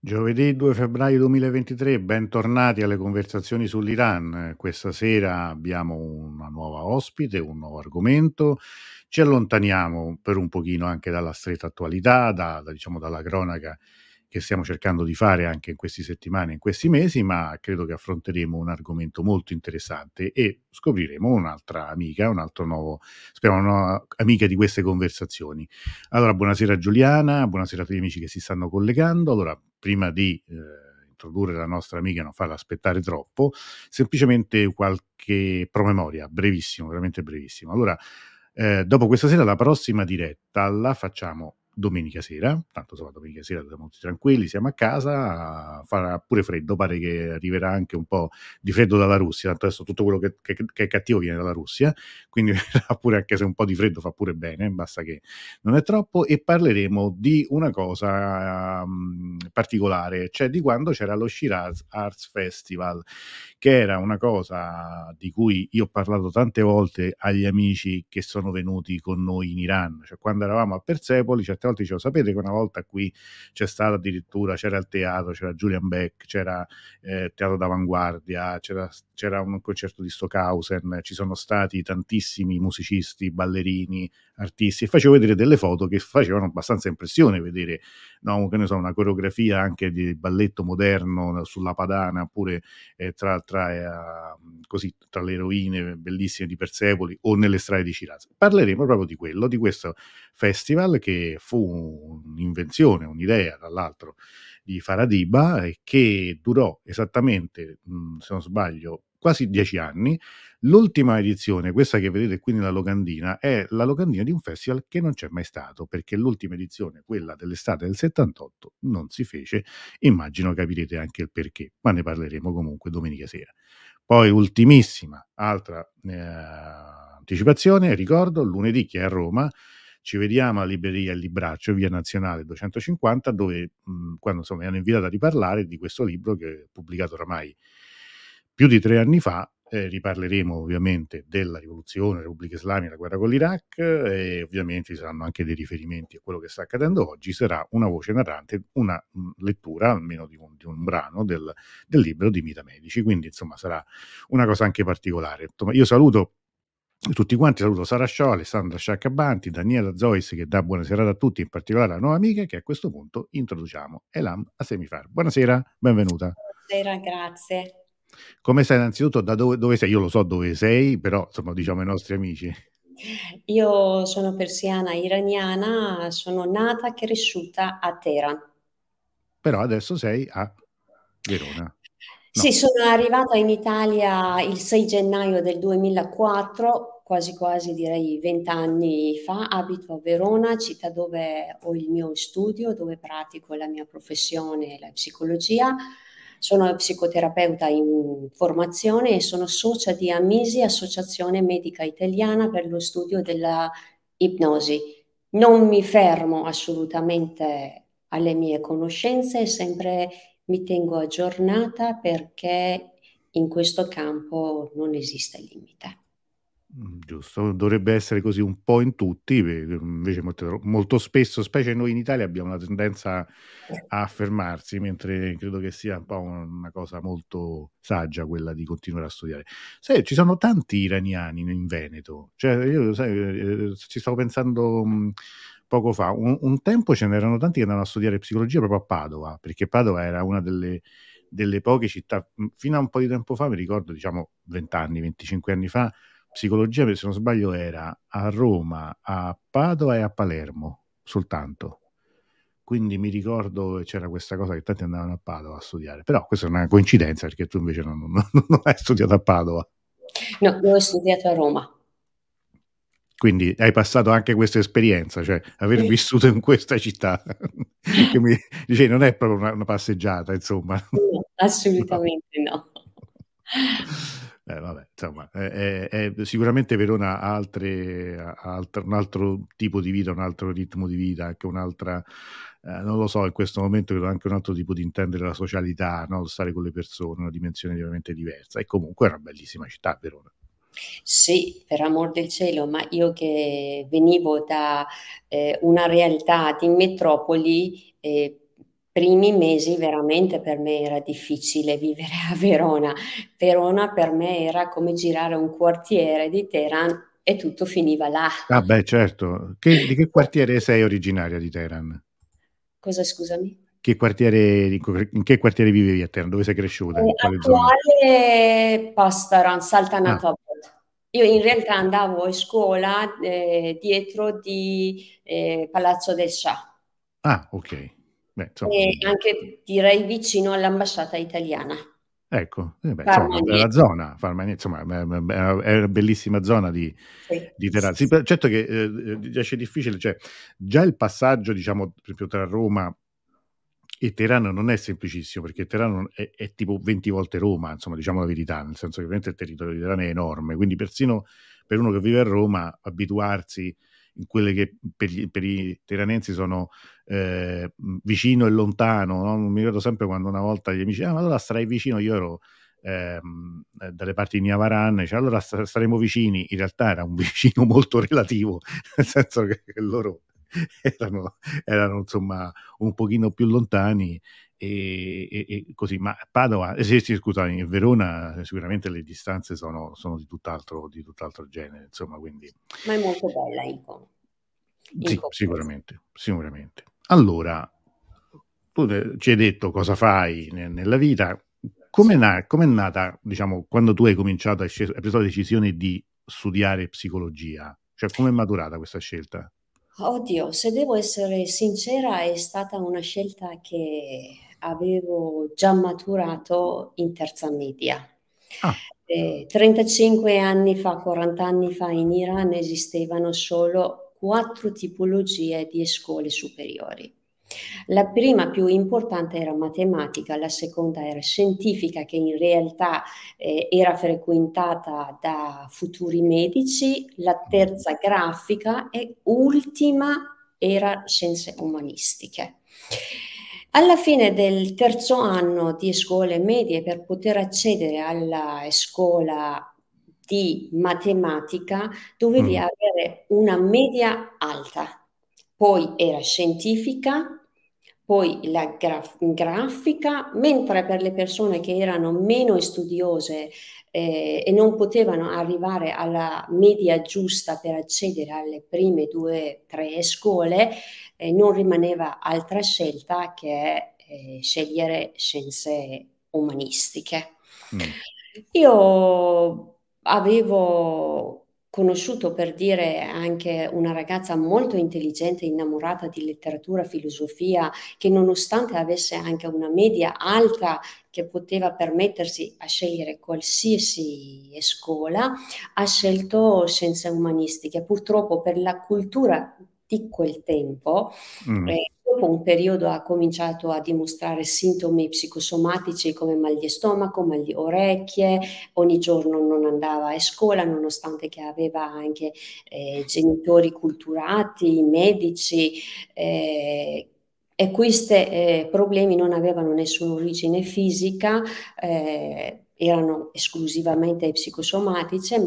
Giovedì 2 febbraio 2023, bentornati alle conversazioni sull'Iran. Questa sera abbiamo una nuova ospite, un nuovo argomento. Ci allontaniamo per un pochino anche dalla stretta attualità, diciamo dalla cronaca che stiamo cercando di fare anche in queste settimane, in questi mesi, ma credo che affronteremo un argomento molto interessante e scopriremo un'altra amica, un altro nuovo, speriamo, una nuova amica di queste conversazioni. Allora, buonasera Giuliana, buonasera a tutti gli amici che si stanno collegando. Allora, prima di introdurre la nostra amica e non farla aspettare troppo, semplicemente qualche promemoria, brevissimo, veramente brevissimo. Allora, dopo questa sera, la prossima diretta la facciamo domenica sera, tanto insomma domenica sera siamo tutti tranquilli, siamo a casa, farà pure freddo, pare che arriverà anche un po' di freddo dalla Russia, tanto adesso tutto quello che è cattivo viene dalla Russia, quindi verrà pure, anche se un po' di freddo fa pure bene, basta che non è troppo, e parleremo di una cosa particolare, cioè di quando c'era lo Shiraz Arts Festival, che era una cosa di cui io ho parlato tante volte agli amici che sono venuti con noi in Iran, cioè quando eravamo a Persepoli certe volte dicevo, sapete che una volta qui c'è stato addirittura, c'era il teatro, c'era Julian Beck, c'era teatro d'avanguardia, c'era un concerto di Stockhausen, ci sono stati tantissimi musicisti, ballerini, artisti, e facevo vedere delle foto che facevano abbastanza impressione vedere, no, che ne so, una coreografia anche di balletto moderno sulla padana, oppure così, tra le rovine bellissime di Persepoli o nelle strade di Shiraz. Parleremo proprio di quello, di questo festival che fu un'invenzione, un'idea, tra l'altro, di Faradiba, e che durò esattamente, se non sbaglio, quasi 10 anni. L'ultima edizione, questa che vedete qui nella locandina, è la locandina di un festival che non c'è mai stato, perché l'ultima edizione, quella dell'estate del 78, non si fece. Immagino capirete anche il perché, ma ne parleremo comunque domenica sera. Poi, ultimissima, altra anticipazione, ricordo, lunedì, che è a Roma, ci vediamo alla libreria Il Libraccio, via Nazionale 250, dove quando insomma mi hanno invitato a riparlare di questo libro che è pubblicato oramai più di 3 anni fa. Riparleremo ovviamente della rivoluzione, Repubblica Islamica, la guerra con l'Iraq, e ovviamente ci saranno anche dei riferimenti a quello che sta accadendo oggi. Sarà una voce narrante, una lettura almeno di un brano del libro di Mita Medici, quindi insomma sarà una cosa anche particolare. Insomma, io saluto tutti quanti, saluto Sara Shaw, Alessandra Sciaccabanti, Daniela Zois, che dà buona serata a tutti, in particolare alla nuova amica che a questo punto introduciamo, Elam Assemifar. Buonasera, benvenuta. Buonasera, grazie. Come sei innanzitutto? Da dove sei? Io lo so dove sei, però insomma diciamo ai nostri amici. Io sono persiana iraniana, sono nata e cresciuta a Teheran. Però adesso sei a Verona. Sì, No, sono arrivata in Italia il 6 gennaio del 2004, quasi quasi direi 20 anni fa. Abito a Verona, città dove ho il mio studio, dove pratico la mia professione, la psicologia. Sono psicoterapeuta in formazione e sono socia di Amisi, Associazione Medica Italiana per lo studio della ipnosi. Non mi fermo assolutamente alle mie conoscenze, sempre mi tengo aggiornata perché in questo campo non esiste limite. giusto, dovrebbe essere così un po' in tutti, invece molto spesso, specie noi in Italia, abbiamo una tendenza a fermarsi, mentre credo che sia un po' una cosa molto saggia quella di continuare a studiare. Sai, ci sono tanti iraniani in Veneto, cioè io sai, ci stavo pensando poco fa, un tempo ce n'erano tanti che andavano a studiare psicologia proprio a Padova, perché Padova era una delle poche città, fino a un po' di tempo fa, mi ricordo, diciamo 20 anni, 25 anni fa, psicologia, se non sbaglio, era a Roma, a Padova e a Palermo soltanto. Quindi mi ricordo che c'era questa cosa che tanti andavano a Padova a studiare. Però questa è una coincidenza, perché tu invece non hai studiato a Padova. No, io ho studiato a Roma. Quindi hai passato anche questa esperienza, cioè aver vissuto in questa città, che mi dicevi non è proprio una passeggiata, insomma. No, No. assolutamente no. Vabbè, insomma, sicuramente Verona ha un altro tipo di vita, un altro ritmo di vita, anche un'altra, non lo so, in questo momento credo anche un altro tipo di intendere la socialità, no? Stare con le persone, una dimensione veramente diversa. E comunque è una bellissima città, Verona. Sì, per amor del cielo, ma io che venivo da una realtà di metropoli, primi mesi veramente per me era difficile vivere a Verona. Verona per me era come girare un quartiere di Teheran e tutto finiva là. Ah beh, certo. Di che quartiere sei originaria di Teheran? Cosa, scusami? In che quartiere vivevi a Teheran? Dove sei cresciuta? In quale zona? Attuale Pastaran, Ah, Saltanat Abad. Io in realtà andavo a scuola dietro di Palazzo del Shah ok. Beh, insomma, e anche direi vicino all'ambasciata italiana. ecco, beh, insomma, una Farmanie. bella zona, insomma, è una bellissima zona Sì, di sì, Teheran. Sì, sì. certo che riesce difficile, cioè già il passaggio, diciamo, per esempio, tra Roma e Teheran non è semplicissimo, perché Teheran è tipo 20 volte Roma, insomma, diciamo la verità, nel senso che ovviamente il territorio di Teheran è enorme, quindi persino per uno che vive a Roma, abituarsi in quelle che per i teranensi sono vicino e lontano, no? Mi ricordo sempre quando una volta gli amici, ma allora starai vicino, io ero dalle parti di Niavaran, cioè, allora staremo vicini, in realtà era un vicino molto relativo, nel senso che loro erano insomma un pochino più lontani e così, ma Padova, sì, sì, scusami, Verona sicuramente le distanze sono di tutt'altro genere, insomma, quindi Ma è molto bella in sì, compenso. sicuramente, sicuramente. Allora, tu ci hai detto cosa fai nella vita, Sì. com'è nata, diciamo, quando tu hai cominciato, hai preso la decisione di studiare psicologia? Cioè, com'è maturata questa scelta? Oddio, se devo essere sincera, è stata una scelta che avevo già maturato in terza media. Ah, 35 anni fa, 40 anni fa in Iran esistevano solo quattro tipologie di scuole superiori. La prima più importante era matematica, la seconda era scientifica, che in realtà era frequentata da futuri medici, la mm, terza grafica e ultima era scienze umanistiche. Alla fine del terzo anno di scuole medie, per poter accedere alla scuola di matematica, dovevi mm, avere una media alta, poi era scientifica, poi la grafica, mentre per le persone che erano meno studiose e non potevano arrivare alla media giusta per accedere alle prime due o tre scuole, non rimaneva altra scelta che scegliere scienze umanistiche. mm. Io avevo conosciuto, per dire, anche una ragazza molto intelligente, innamorata di letteratura, filosofia, che nonostante avesse anche una media alta, che poteva permettersi a scegliere qualsiasi scuola, ha scelto scienze umanistiche. Purtroppo per la cultura di quel tempo, Mm. dopo un periodo ha cominciato a dimostrare sintomi psicosomatici come mal di stomaco, mal di orecchie, ogni giorno non andava a scuola nonostante che aveva anche genitori culturati, medici. eh, e questi problemi non avevano nessuna origine fisica, erano esclusivamente psicosomatici,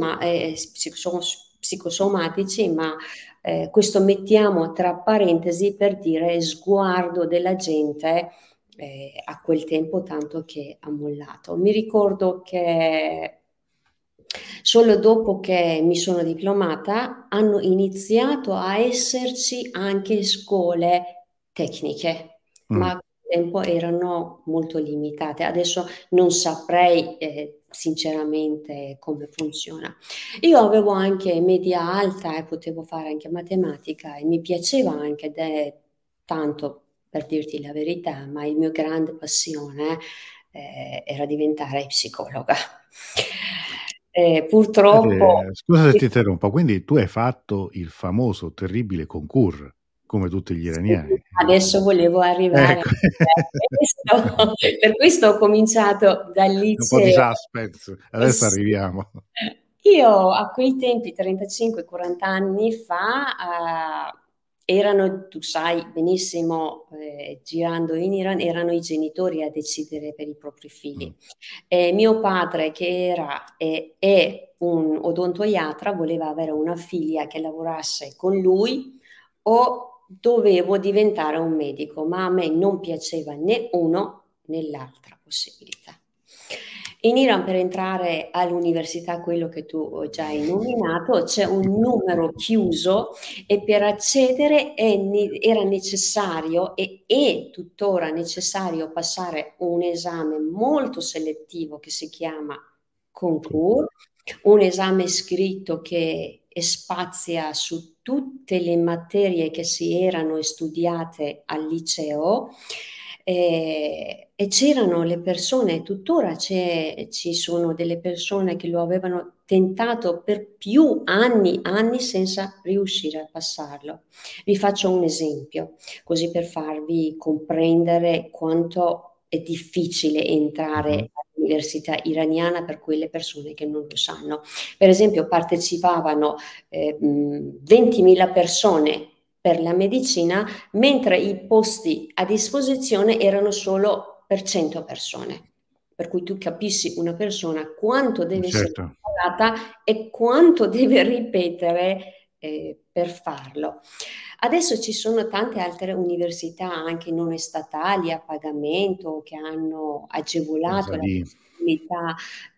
psicosomatici, ma questo mettiamo tra parentesi per dire sguardo della gente a quel tempo tanto che ha mollato. Mi ricordo che solo dopo che mi sono diplomata hanno iniziato a esserci anche scuole tecniche, Mm. ma a quel tempo erano molto limitate. Adesso non saprei sinceramente come funziona. Io avevo anche media alta e potevo fare anche matematica e mi piaceva anche tanto, per dirti la verità, ma il mio grande passione era diventare psicologa. Purtroppo, Scusa se ti interrompo, quindi tu hai fatto il famoso terribile concours, come tutti gli sì, iraniani. adesso volevo arrivare a Ecco, questo, per questo ho cominciato dal un po' di liceo. suspense, adesso Sì. arriviamo. Io a quei tempi, 35-40 anni fa, erano, tu sai benissimo, girando in Iran, erano i genitori a decidere per i propri Mm. figli. Mio padre, che era e è un odontoiatra, voleva avere una figlia che lavorasse con lui o dovevo diventare un medico, ma a me non piaceva né uno né l'altra possibilità. In Iran, per entrare all'università, quello che tu già hai nominato, c'è un numero chiuso e per accedere era necessario e è tuttora necessario passare un esame molto selettivo che si chiama concours, un esame scritto che spazia su tutte le materie che si erano studiate al liceo, e c'erano le persone, tuttora ci sono delle persone che lo avevano tentato per più anni senza riuscire a passarlo. Vi faccio un esempio, così per farvi comprendere quanto è difficile entrare all'università iraniana per quelle persone che non lo sanno. Per esempio, partecipavano 20.000 persone per la medicina, mentre i posti a disposizione erano solo per 100 persone. Per cui tu capissi una persona quanto deve essere Certo. preparata e quanto deve ripetere per farlo. Adesso ci sono tante altre università, anche non statali, a pagamento, che hanno agevolato Cosa la di... possibilità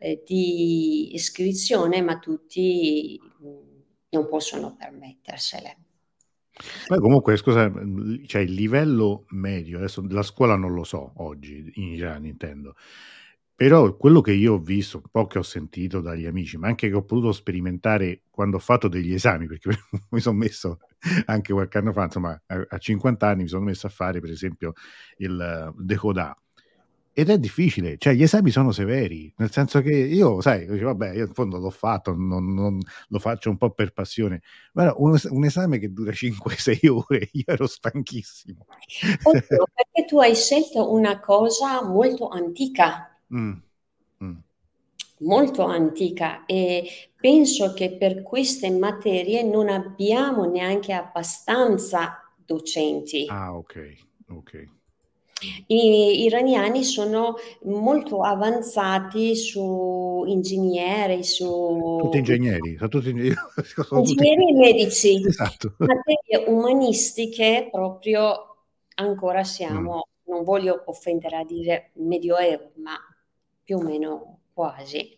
di iscrizione, ma tutti non possono permettersele. Poi comunque scusa, cioè il livello medio, adesso della scuola non lo so oggi, in Iran intendo, però quello che io ho visto, un po' che ho sentito dagli amici, ma anche che ho potuto sperimentare quando ho fatto degli esami, perché mi son messo anche qualche anno fa, insomma a 50 anni mi sono messo a fare per esempio il Decodat. Ed è difficile, cioè gli esami sono severi, nel senso che io sai, dici: "Vabbè, io in fondo l'ho fatto, non lo faccio un po' per passione". Guarda, un esame che dura 5, 6 ore, io ero stanchissimo. Oddio, perché tu hai scelto una cosa Mh, mh. molto antica e penso che per queste materie non abbiamo neanche abbastanza docenti. Ah, okay, okay. I iraniani sono molto avanzati su ingegneri, Tutti su ingegneri, son tutti ingegn sono tutti ingegneri e medici, esatto. materie umanistiche proprio ancora Mh, siamo, non voglio offendere a dire medioevo, ma più o meno quasi.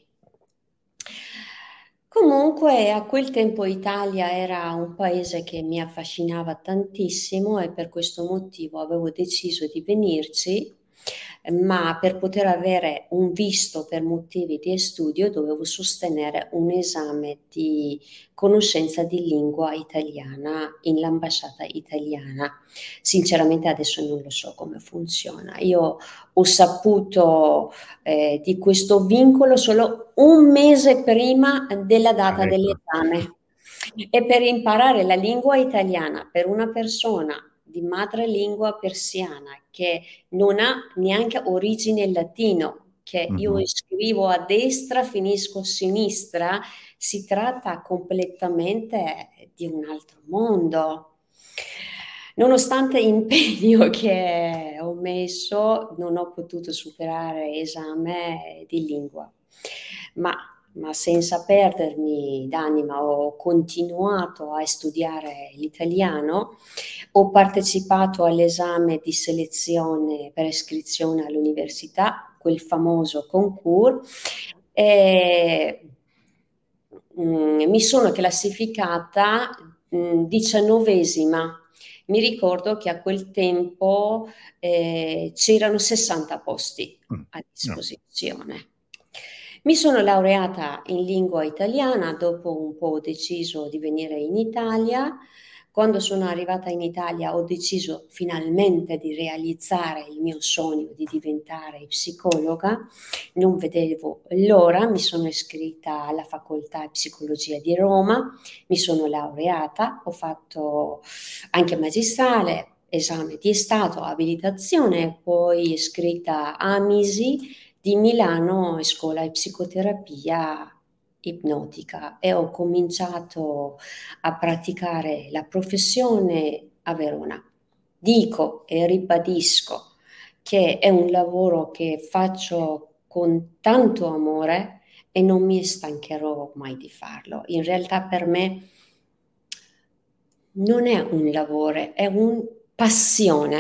Comunque a quel tempo Italia era un paese che mi affascinava tantissimo e per questo motivo avevo deciso di venirci, ma per poter avere un visto per motivi di studio dovevo sostenere un esame di conoscenza di lingua italiana in l'ambasciata italiana. Sinceramente adesso non lo so come funziona. Io ho saputo di questo vincolo solo un mese prima della ah, data ecco. dell'esame. E per imparare la lingua italiana per una persona di madrelingua persiana che non ha neanche origine latino, che io Mh-mh. scrivo a destra, finisco a sinistra, si tratta completamente di un altro mondo. Nonostante l'impegno che ho messo, non ho potuto superare esame di lingua, ma, ma senza perdermi d'anima ho continuato a studiare l'italiano, ho partecipato all'esame di selezione per iscrizione all'università, quel famoso concours, e mi sono classificata 19esima. Mi ricordo che a quel tempo c'erano 60 posti a No. disposizione. Mi sono laureata in lingua italiana, dopo un po' ho deciso di venire in Italia. Quando sono arrivata in Italia ho deciso finalmente di realizzare il mio sogno di diventare psicologa. Non vedevo l'ora, mi sono iscritta alla facoltà di psicologia di Roma, mi sono laureata, ho fatto anche magistrale, esame di Stato, abilitazione, poi iscritta a Misi di Milano, scuola di psicoterapia ipnotica e ho cominciato a praticare la professione a Verona. Dico e ribadisco che è un lavoro che faccio con tanto amore e non mi stancherò mai di farlo. In realtà per me non è un lavoro, è un passione.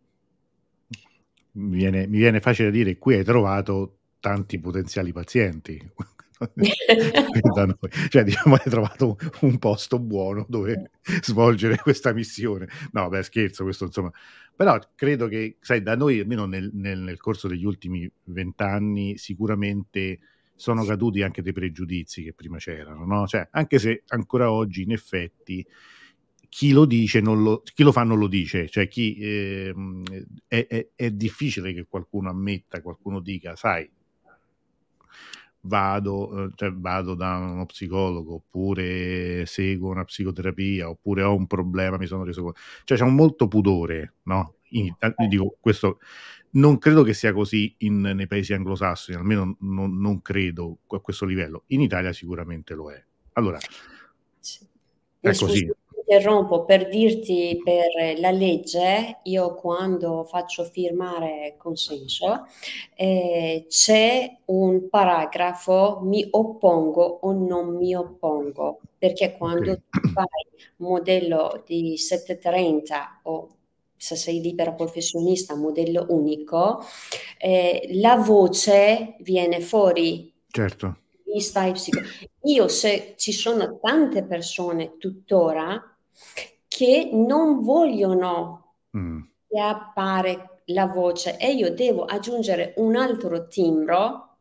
Mi viene facile dire, qui hai trovato tanti potenziali pazienti. Qui da noi. Cioè, diciamo, hai trovato un posto buono dove svolgere questa missione. No, beh, scherzo, questo insomma. Però credo che, sai, da noi, almeno nel corso degli ultimi 20 anni, sicuramente sono caduti anche dei pregiudizi che prima c'erano, no? Cioè, anche se ancora oggi, in effetti, chi lo dice non lo chi lo fa non lo dice, cioè chi, è difficile che qualcuno ammetta, qualcuno dica: "Sai, vado da uno psicologo, oppure seguo una psicoterapia, oppure ho un problema, mi sono reso co", cioè c'è un molto pudore, no, io dico questo, non credo che sia così nei paesi anglosassoni, almeno non credo a questo livello. In Italia sicuramente lo è. Allora, Sì. Mi è scusi, così. ti interrompo per dirti per la legge, io quando faccio firmare consenso, c'è un paragrafo: mi oppongo o non mi oppongo, perché quando Okay. tu fai modello di 730 o se sei libera professionista, modello unico, la voce viene fuori. Certo. Vista e io se ci sono tante persone tuttora che non vogliono Mh. che appare la voce e io devo aggiungere un altro timbro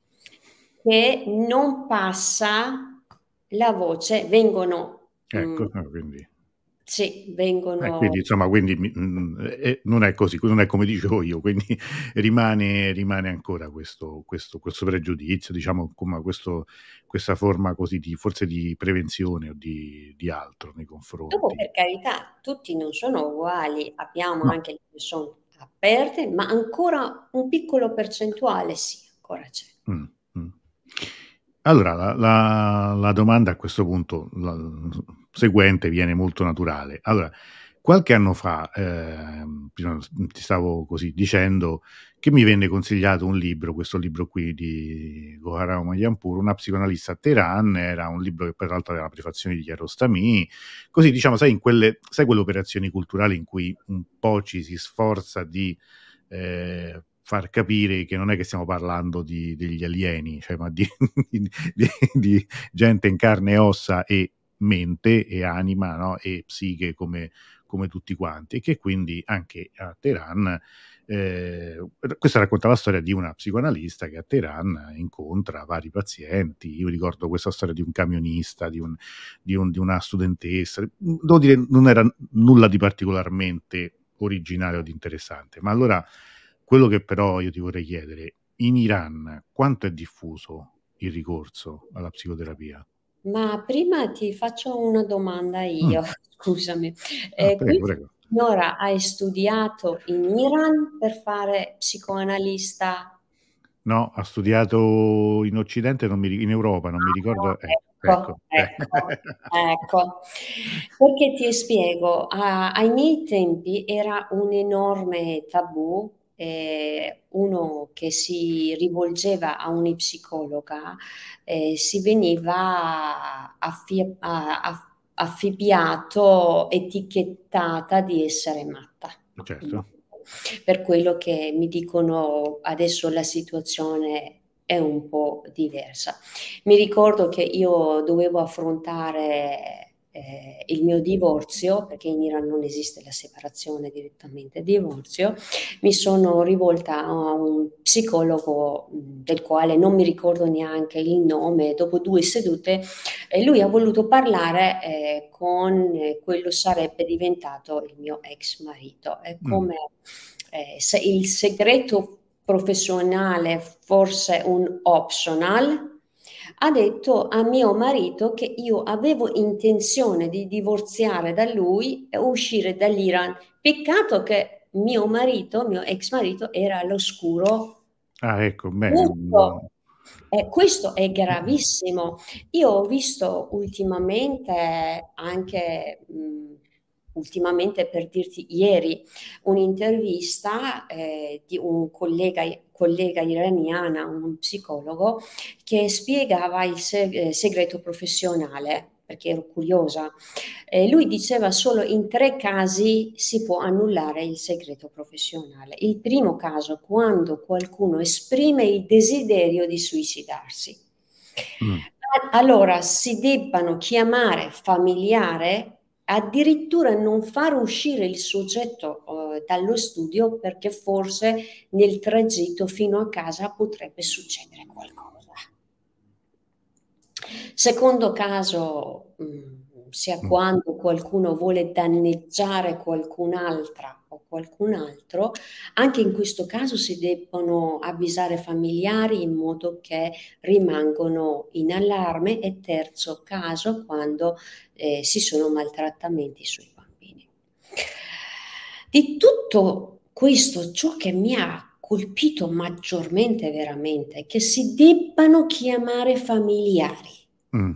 che non passa la voce, vengono, Ecco, quindi sì, vengono. quindi insomma, quindi non è così, non è come dicevo io, quindi rimane ancora questo pregiudizio, diciamo, come questa forma così di, forse, di prevenzione o di altro nei Dopo confronti. per carità, tutti non sono uguali, abbiamo No. anche le persone aperte, ma ancora un piccolo percentuale sì, ancora c'è. Mh, mh. Allora la domanda a questo punto, seguente, viene molto naturale. Allora, qualche anno fa, prima ti stavo così dicendo che mi venne consigliato un libro, questo libro qui di Gohara Omayanpour, Una psicoanalista a Teheran, era un libro che peraltro aveva la prefazione di Kiarostami, così, diciamo, sai, quelle operazioni culturali in cui un po' ci si sforza di far capire che non è che stiamo parlando degli alieni, cioè, ma di gente in carne e ossa e mente e anima, no, e psiche come tutti quanti, e che quindi anche a Teheran, questa racconta la storia di una psicoanalista che a Teheran incontra vari pazienti. Io ricordo questa storia di un camionista, di una studentessa. Devo dire, non era nulla di particolarmente originale o di interessante. Ma allora, quello che però io ti vorrei chiedere: in Iran quanto è diffuso il ricorso alla psicoterapia? Ma prima ti faccio una domanda Mh. io, scusami. Prego, Questa prego. signora hai studiato in Iran per fare psicoanalista? No, ha studiato in Occidente, non mi ri in Europa, non mi ricordo, ecco, Ecco, ecco, ecco. Perché ti spiego, ai miei tempi era un enorme tabù, uno che si rivolgeva a una psicologa, si veniva affibbiato, etichettata di essere matta. certo. Per quello che mi dicono adesso la situazione è un po' diversa. Mi ricordo che io dovevo affrontare il mio divorzio, perché in Iran non esiste la separazione direttamente, divorzio. Mi sono rivolta a un psicologo del quale non mi ricordo neanche il nome. Dopo 2 sedute lui ha voluto parlare con quello sarebbe diventato il mio ex marito. È Mh. come se il segreto professionale fosse un optional. Ha detto a mio marito che io avevo intenzione di divorziare da lui e uscire dall'Iran. Peccato che mio marito, mio ex marito, era all'oscuro. Ecco, beh, Tutto. Questo è gravissimo. Io ho visto ultimamente anche, ultimamente per dirti ieri, un'intervista di un collega iraniana, un psicologo, che spiegava il segreto professionale. perché ero curiosa. Lui diceva solo in 3 casi si può annullare il segreto professionale. Il primo caso, quando qualcuno esprime il desiderio di suicidarsi. Mm. Allora si debbano chiamare familiare, addirittura non far uscire il soggetto dallo studio perché forse nel tragitto fino a casa potrebbe succedere qualcosa. Secondo caso, sia Mm. quando qualcuno vuole danneggiare qualcun'altra o qualcun altro, anche in questo caso si debbono avvisare familiari in modo che rimangono in allarme. E terzo caso, quando si sono maltrattamenti sui bambini. Di tutto questo, ciò che mi ha colpito maggiormente veramente è che si debbano chiamare familiari. Mm.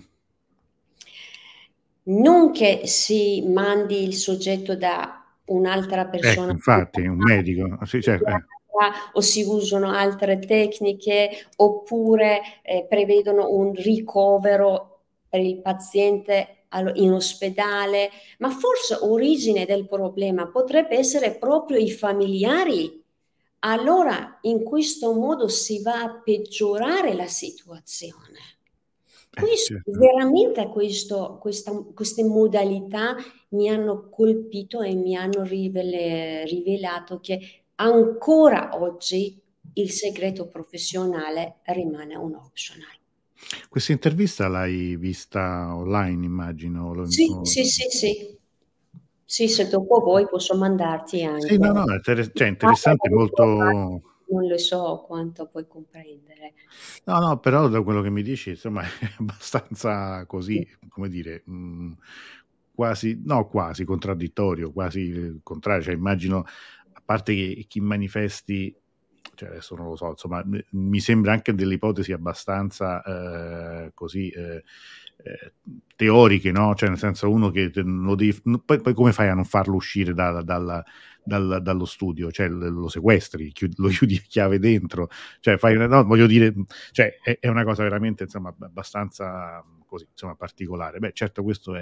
Non che si mandi il soggetto da un'altra Ecco, persona infatti, un medico, sì, certo, o si usano altre tecniche oppure prevedono un ricovero per il paziente in ospedale, ma forse origine del problema potrebbe essere proprio i familiari. Allora, in questo modo si va a peggiorare la situazione. certo. Veramente queste modalità mi hanno colpito e mi hanno rivelato che ancora oggi il segreto professionale rimane un optional. Questa intervista l'hai vista online, immagino. Sì, sì, sì, sì. Sì, se dopo vuoi posso mandarti Sì, no, anche. no, cioè interessante, molto. Non lo so quanto puoi comprendere. No, no, però da quello che mi dici, insomma, è abbastanza così, come dire, quasi, no, quasi contraddittorio, quasi il contrario. Cioè, immagino, a parte che chi manifesti, cioè adesso non lo so, insomma, mi sembra anche delle ipotesi abbastanza così teoriche, no? Cioè, nel senso, uno che lo devi, poi come fai a non farlo uscire dallo studio? Cioè, lo sequestri, lo chiudi a chiave dentro, cioè fai, no, voglio dire, cioè è una cosa veramente, insomma, abbastanza così, insomma, particolare. Beh, certo, questo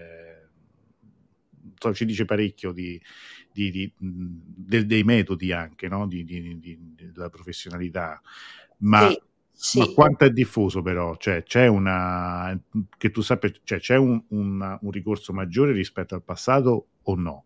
ci dice parecchio dei metodi anche, no? Della professionalità, ma, Sì, sì. quanto è diffuso però? Cioè, c'è che tu sappia, cioè, c'è un ricorso maggiore rispetto al passato o no?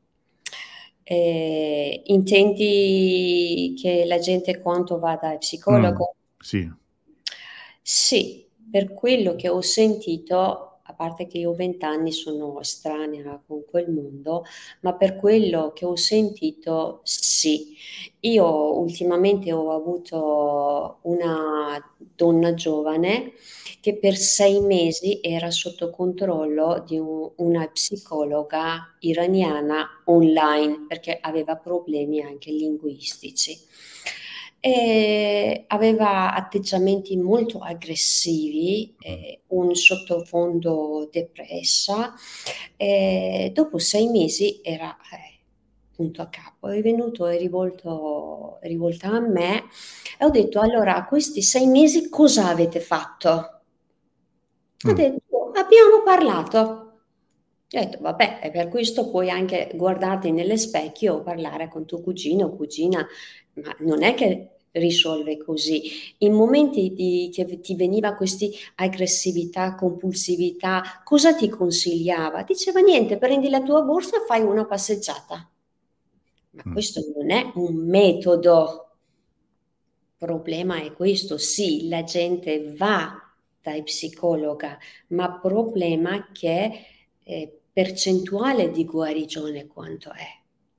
Intendi che la gente quanto va dal Mm, psicologo? sì. Sì, per quello che ho sentito, a parte che io ho 20 anni sono estranea con quel mondo, ma per quello che ho sentito sì. Io ultimamente ho avuto una donna giovane che per 6 mesi era sotto controllo di una psicologa iraniana online perché aveva problemi anche linguistici. E aveva atteggiamenti molto aggressivi, Mm. un sottofondo depressa. E dopo 6 mesi era punto a capo, è venuto e rivolta a me e ho detto: allora, questi 6 mesi cosa avete fatto? Ha Mm. detto: abbiamo parlato. Io ho detto: vabbè, e per questo puoi anche guardarti nelle specchio o parlare con tuo cugino o cugina, ma non è che risolve così. In momenti che ti veniva questa aggressività, compulsività, cosa ti consigliava? Diceva: niente, prendi la tua borsa e fai una passeggiata. Ma Mm. questo non è un metodo. Il problema è questo, sì, la gente va dai psicologa, ma problema che percentuale di guarigione quanto è?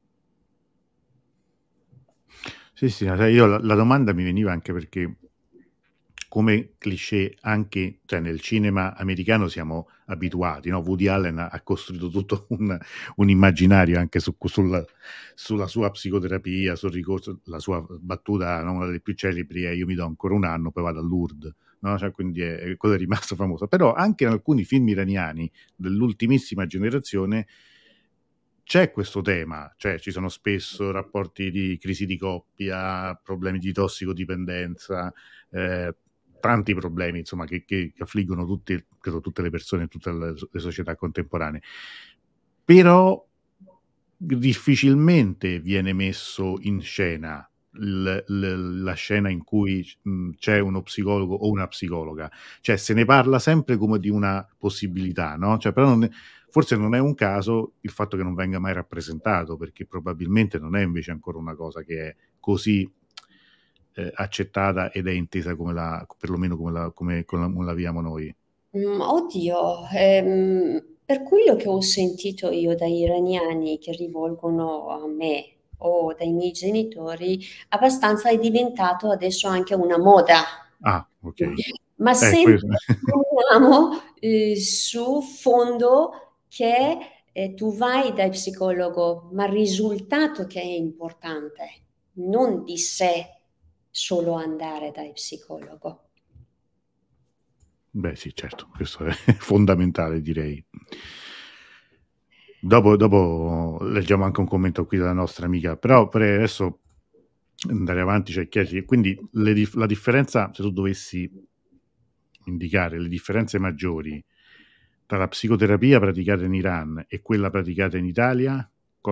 Sì, sì, sai, io la domanda mi veniva anche perché, come cliché, anche, cioè, nel cinema americano siamo abituati, no? Woody Allen ha costruito tutto un immaginario anche sulla sua psicoterapia, sul ricorso, la sua battuta, no? Una delle più celebri è: io mi do ancora un anno, poi vado a Lourdes. No? Cioè, quindi quello è rimasto famoso. Però anche in alcuni film iraniani dell'ultimissima generazione c'è questo tema, cioè ci sono spesso rapporti di crisi di coppia, problemi di tossicodipendenza, eh, tanti problemi, insomma, che affliggono credo, tutte le persone, tutte le società contemporanee. Però difficilmente viene messo in scena la scena in cui c'è uno psicologo o una psicologa. Cioè, se ne parla sempre come di una possibilità, no, cioè, però forse non è un caso il fatto che non venga mai rappresentato, perché probabilmente non è invece ancora una cosa che è così accettata ed è intesa perlomeno come la viviamo noi. Oddio, per quello che ho sentito io dai iraniani che rivolgono a me o dai miei genitori, abbastanza è diventato adesso anche una moda. Ah, ok. Ma Questo. sempre rimaniamo su fondo che tu vai dal psicologo, ma il risultato che è importante, non di sé solo andare dal psicologo. Beh, sì, certo, questo è fondamentale, direi. Dopo leggiamo anche un commento qui dalla nostra amica, però per adesso andare avanti, cioè chiederti, quindi la differenza, se tu dovessi indicare le differenze maggiori tra la psicoterapia praticata in Iran e quella praticata in Italia,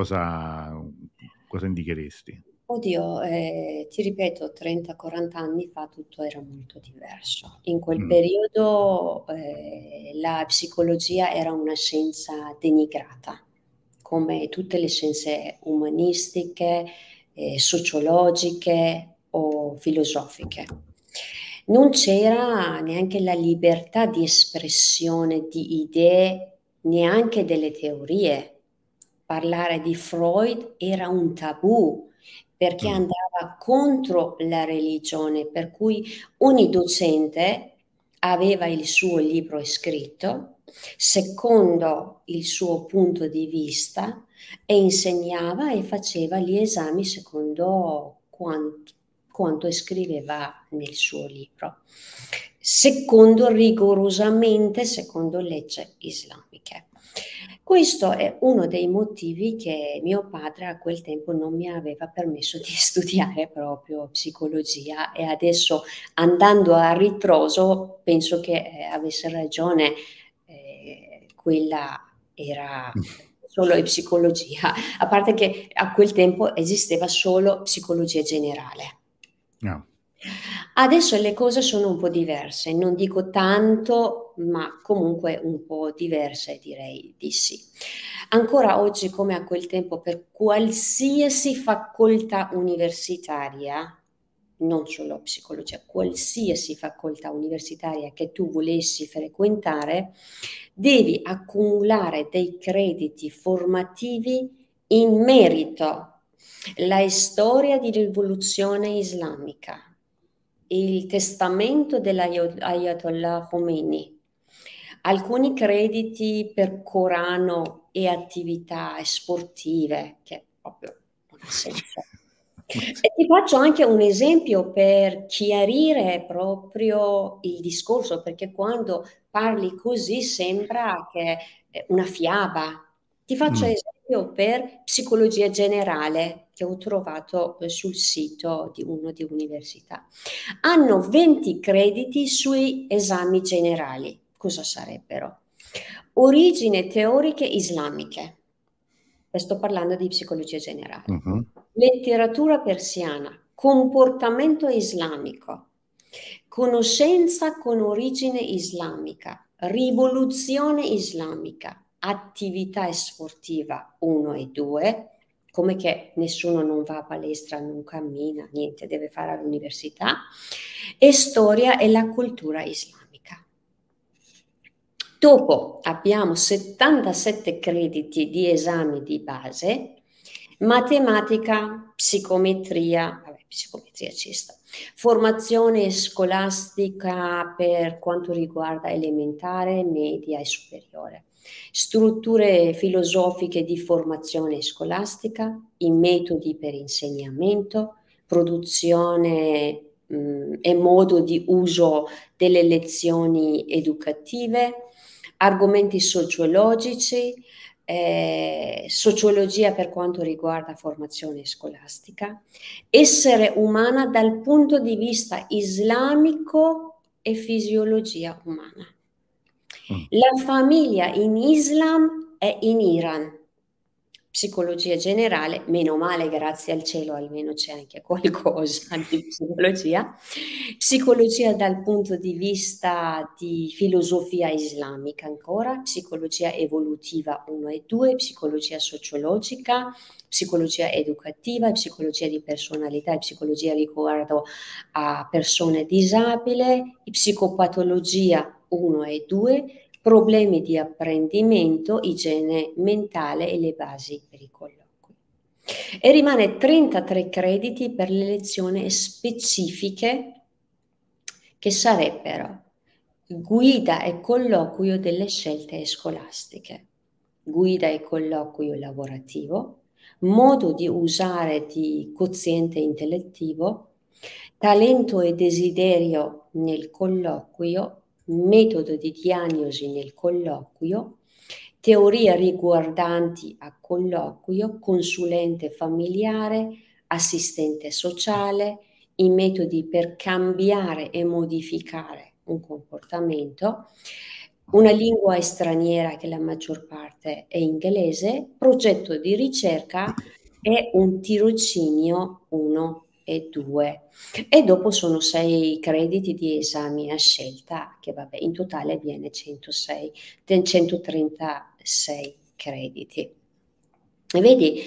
cosa indicheresti? Oddio, ti ripeto, 30-40 anni fa tutto era molto diverso. In quel Mm, periodo la psicologia era una scienza denigrata, come tutte le scienze umanistiche, sociologiche o filosofiche. Non c'era neanche la libertà di espressione di idee, neanche delle teorie. Parlare di Freud era un tabù perché mm, andava contro la religione, per cui ogni docente aveva il suo libro scritto secondo il suo punto di vista e insegnava e faceva gli esami secondo quanto scriveva nel suo libro, secondo rigorosamente secondo leggi islamiche. Questo è uno dei motivi che mio padre a quel tempo non mi aveva permesso di studiare proprio psicologia e adesso andando a ritroso penso che avesse ragione, quella era solo psicologia, a parte che a quel tempo esisteva solo psicologia generale. no. Adesso le cose sono un po' diverse, non dico tanto, ma comunque un po' diverse, direi di sì. Ancora oggi, come a quel tempo, per qualsiasi facoltà universitaria, non solo psicologia, qualsiasi facoltà universitaria che tu volessi frequentare, devi accumulare dei crediti formativi in merito alla storia di rivoluzione islamica, il testamento dell'Ayatollah Khomeini, alcuni crediti per Corano e attività sportive, che proprio non ha senso. E ti faccio anche un esempio per chiarire proprio il discorso, perché quando parli così sembra che è una fiaba. Ti faccio Mm, esempio per psicologia generale che ho trovato sul sito di una di università. Hanno 20 crediti sui esami generali. Cosa sarebbero? Origini teoriche islamiche. E sto parlando di psicologia generale. mhm. Letteratura persiana, comportamento islamico, conoscenza con origine islamica, rivoluzione islamica, attività sportiva 1 e 2, come che nessuno non va a palestra, non cammina, niente, deve fare all'università, e storia e la cultura islamica. Dopo abbiamo 77 crediti di esami di base, matematica, psicometria, vabbè, psicometria ci sta, formazione scolastica per quanto riguarda elementare, media e superiore, strutture filosofiche di formazione scolastica, i metodi per insegnamento, produzione e modo di uso delle lezioni educative, argomenti sociologici, sociologia per quanto riguarda formazione scolastica, essere umana dal punto di vista islamico e fisiologia umana. Mm. La famiglia in Islam è in Iran. Psicologia generale, meno male, grazie al cielo, almeno c'è anche qualcosa di psicologia. Psicologia dal punto di vista di filosofia islamica ancora, psicologia evolutiva 1 e 2, psicologia sociologica, psicologia educativa, psicologia di personalità e psicologia riguardo a persone disabili, psicopatologia 1 e 2, problemi di apprendimento, igiene mentale e le basi per i colloqui. E rimane 33 crediti per le lezioni specifiche che sarebbero guida e colloquio delle scelte scolastiche, guida e colloquio lavorativo, modo di usare di quoziente intellettivo, talento e desiderio nel colloquio, metodo di diagnosi nel colloquio, teorie riguardanti a colloquio, consulente familiare, assistente sociale, i metodi per cambiare e modificare un comportamento, una lingua straniera che la maggior parte è inglese, progetto di ricerca e un tirocinio 1 e 2. E dopo sono 6 crediti di esami a scelta, che vabbè, in totale viene 136 crediti. E vedi,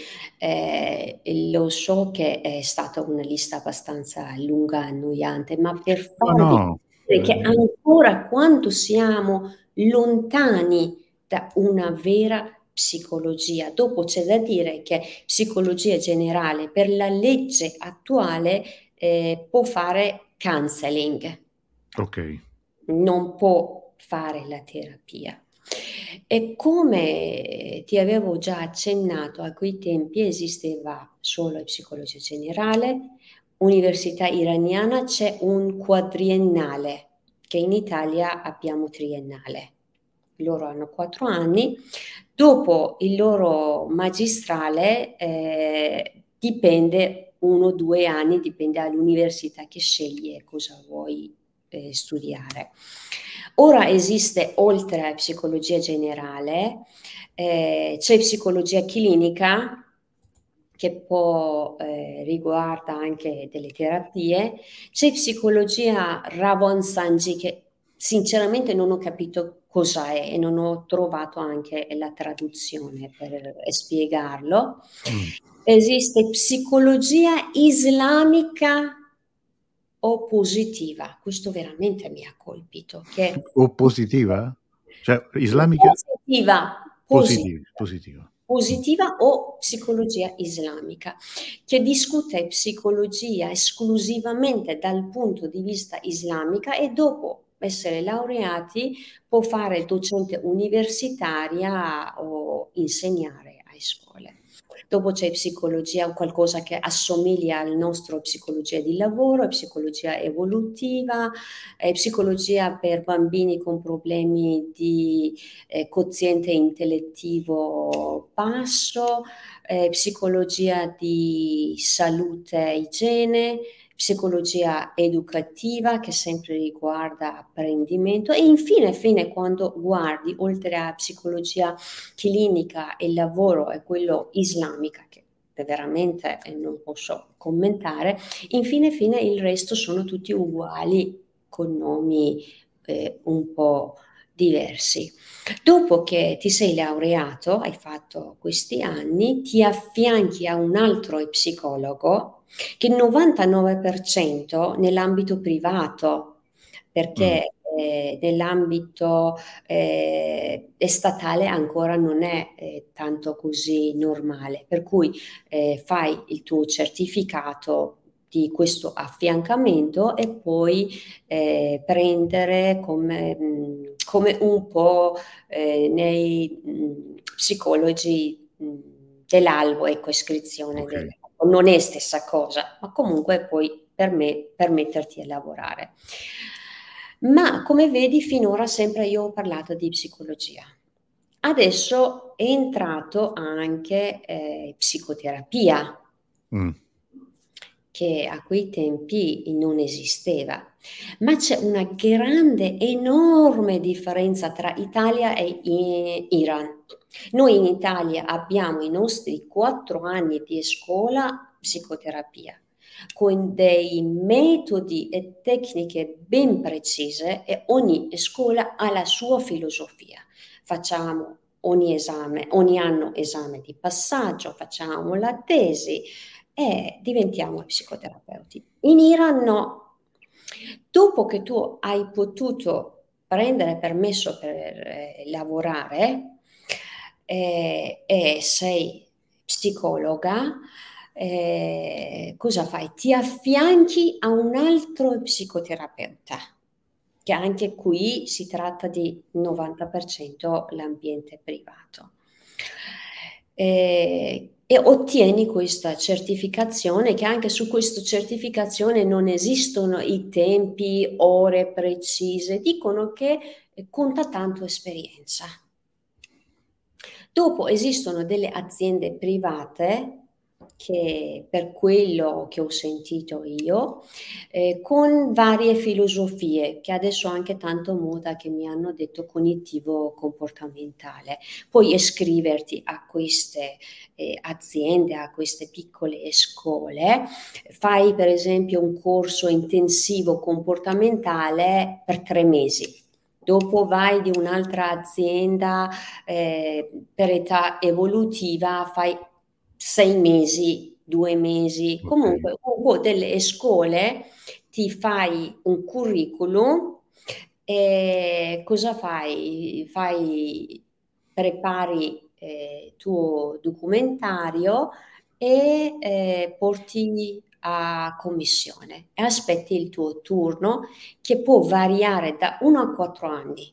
lo so che è stata una lista abbastanza lunga, annoiante, ma per No, farvi no, vedere che ancora quanto siamo lontani da una vera psicologia. Dopo c'è da dire che psicologia generale per la legge attuale può fare counseling, ok. non può fare la terapia. E come ti avevo già accennato, a quei tempi esisteva solo psicologia generale, università iraniana c'è un quadriennale, che in Italia abbiamo triennale. Loro hanno 4 anni. Dopo il loro magistrale dipende 1 o 2 anni, dipende dall'università che sceglie cosa vuoi studiare. Ora esiste, oltre a psicologia generale, c'è psicologia clinica che può riguarda anche delle terapie, c'è psicologia Ravon-Sanji che sinceramente non ho capito cosa è e non ho trovato anche la traduzione per spiegarlo. Mm. Esiste psicologia islamica o positiva, questo veramente mi ha colpito, che O positiva? Cioè, islamica? positiva, Positiva, positiva, positiva. Mm. positiva o psicologia islamica, che discute psicologia esclusivamente dal punto di vista islamica e dopo essere laureati può fare docente universitaria o insegnare a scuole. Dopo c'è psicologia, qualcosa che assomiglia al nostro psicologia di lavoro, psicologia evolutiva, psicologia per bambini con problemi di quoziente intellettivo basso, psicologia di salute e igiene, psicologia educativa che sempre riguarda apprendimento e infine quando guardi oltre a psicologia clinica e lavoro e quello islamica che veramente non posso commentare, infine il resto sono tutti uguali con nomi un po' diversi. Dopo che ti sei laureato, hai fatto questi anni, ti affianchi a un altro psicologo che il 99% nell'ambito privato, perché nell'ambito statale ancora non è tanto così normale, per cui fai il tuo certificato di questo affiancamento e poi prendere come un po' nei psicologi dell'albo, ecco, iscrizione Ok. dell'albo. Non è stessa cosa, ma comunque puoi permetterti a lavorare. Ma come vedi, finora sempre io ho parlato di psicologia. Adesso è entrato anche psicoterapia, Mm. che a quei tempi non esisteva. Ma c'è una grande, enorme differenza tra Italia e Iran. Noi in Italia abbiamo i nostri 4 anni di scuola psicoterapia con dei metodi e tecniche ben precise e ogni scuola ha la sua filosofia. Facciamo ogni anno esame di passaggio, facciamo la tesi e diventiamo psicoterapeuti. In Iran no. Dopo che tu hai potuto prendere permesso per lavorare e sei psicologa, cosa fai? Ti affianchi a un altro psicoterapeuta, che anche qui si tratta di 90% l'ambiente privato. E ottieni questa certificazione, che anche su questa certificazione non esistono i tempi, ore precise, dicono che conta tanto esperienza. Dopo esistono delle aziende private che, per quello che ho sentito io, con varie filosofie, che adesso anche tanto moda, che mi hanno detto cognitivo-comportamentale. Puoi iscriverti a queste aziende, a queste piccole scuole, fai per esempio un corso intensivo comportamentale per 3 mesi. Dopo vai di un'altra azienda per età evolutiva, fai 6 mesi, 2 mesi, Ok. comunque o delle scuole ti fai un curriculum e cosa fai? Prepari tuo documentario e porti a commissione e aspetti il tuo turno, che può variare da 1 a 4 anni.